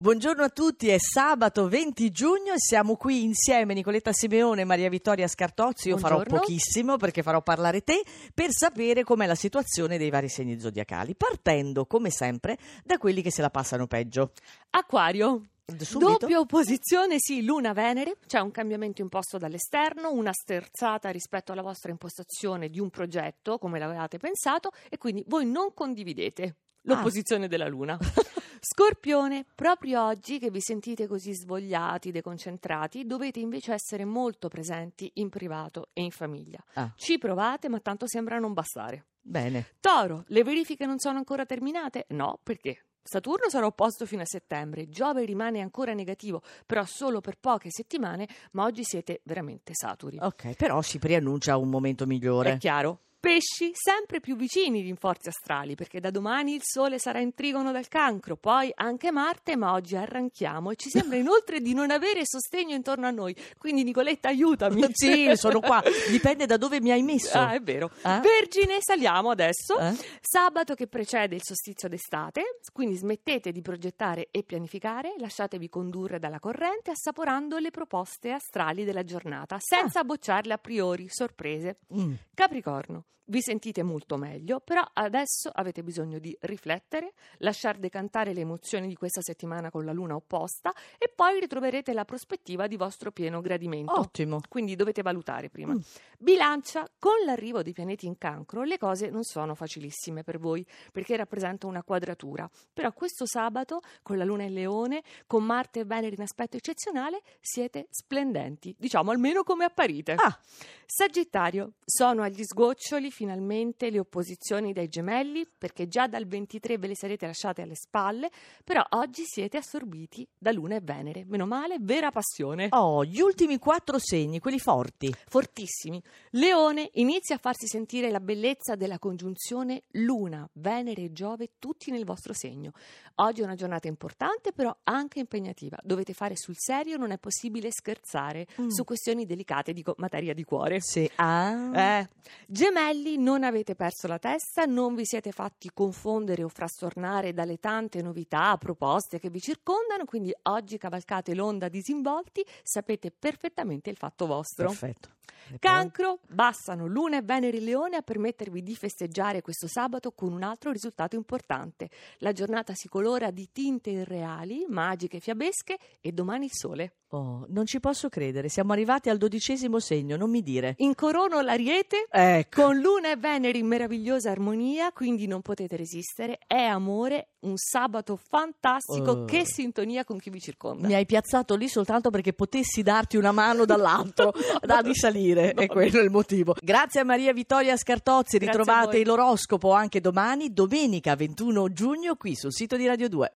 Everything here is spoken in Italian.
Buongiorno a tutti, è sabato 20 giugno e siamo qui insieme Nicoletta Simeone e Maria Vittoria Scartozzi. Io farò pochissimo perché farò parlare te per sapere com'è la situazione dei vari segni zodiacali, partendo come sempre da quelli che se la passano peggio. Acquario. Subito? Doppia opposizione, sì, Luna-Venere, c'è un cambiamento imposto dall'esterno, una sterzata rispetto alla vostra impostazione di un progetto, come l'avevate pensato, e quindi voi non condividete l'opposizione della Luna. Scorpione, proprio oggi che vi sentite così svogliati, deconcentrati, dovete invece essere molto presenti in privato e in famiglia. Ci provate, ma tanto sembra non bastare. Bene. Toro, le verifiche non sono ancora terminate? No, perché? Saturno sarà opposto fino a settembre, Giove rimane ancora negativo, però solo per poche settimane, ma oggi siete veramente saturi. Ok, però si preannuncia un momento migliore. È chiaro. Pesci, sempre più vicini in forze astrali, perché da domani il Sole sarà in trigono dal Cancro, poi anche Marte, ma oggi arranchiamo e ci sembra inoltre di non avere sostegno intorno a noi. Quindi Nicoletta, aiutami. Sì, sono qua, dipende da dove mi hai messo. È vero. Vergine, saliamo adesso. Sabato che precede il solstizio d'estate, quindi smettete di progettare e pianificare, lasciatevi condurre dalla corrente assaporando le proposte astrali della giornata, senza bocciarle a priori, sorprese. Capricorno. Vi sentite molto meglio, però adesso avete bisogno di riflettere, lasciar decantare le emozioni di questa settimana con la luna opposta e poi ritroverete la prospettiva di vostro pieno gradimento. Ottimo. Quindi dovete valutare prima. Bilancia, con l'arrivo dei pianeti in Cancro le cose non sono facilissime per voi, perché rappresenta una quadratura. Però questo sabato, con la luna in Leone, con Marte e Venere in aspetto eccezionale, siete splendenti, diciamo almeno come apparite. Sagittario, sono agli sgoccioli finalmente le opposizioni dai Gemelli, perché già dal 23 ve le sarete lasciate alle spalle, però oggi siete assorbiti da Luna e Venere. Meno male, vera passione. Gli ultimi 4 segni, quelli forti. Fortissimi. Leone, inizia a farsi sentire la bellezza della congiunzione Luna, Venere e Giove, tutti nel vostro segno. Oggi è una giornata importante, però anche impegnativa. Dovete fare sul serio, non è possibile scherzare su questioni delicate di materia di cuore. Sì. Gemelli, non avete perso la testa, non vi siete fatti confondere o frastornare dalle tante novità, proposte che vi circondano, quindi oggi cavalcate l'onda disinvolti, sapete perfettamente il fatto vostro. Perfetto. Cancro, bastano Luna e Venere in Leone a permettervi di festeggiare questo sabato con un altro risultato importante. La giornata si colora di tinte irreali, magiche, fiabesche e domani il Sole. Non ci posso credere, siamo arrivati al 12° segno, non mi dire. Incorono l'Ariete, con Luna e Venere in meravigliosa armonia, quindi non potete resistere, è amore, un sabato fantastico, che sintonia con chi vi circonda. Mi hai piazzato lì soltanto perché potessi darti una mano dall'altro, da risalire, è quello il motivo. Grazie a Maria Vittoria Scartozzi, ritrovate l'oroscopo anche domani, domenica 21 giugno, qui sul sito di Radio 2.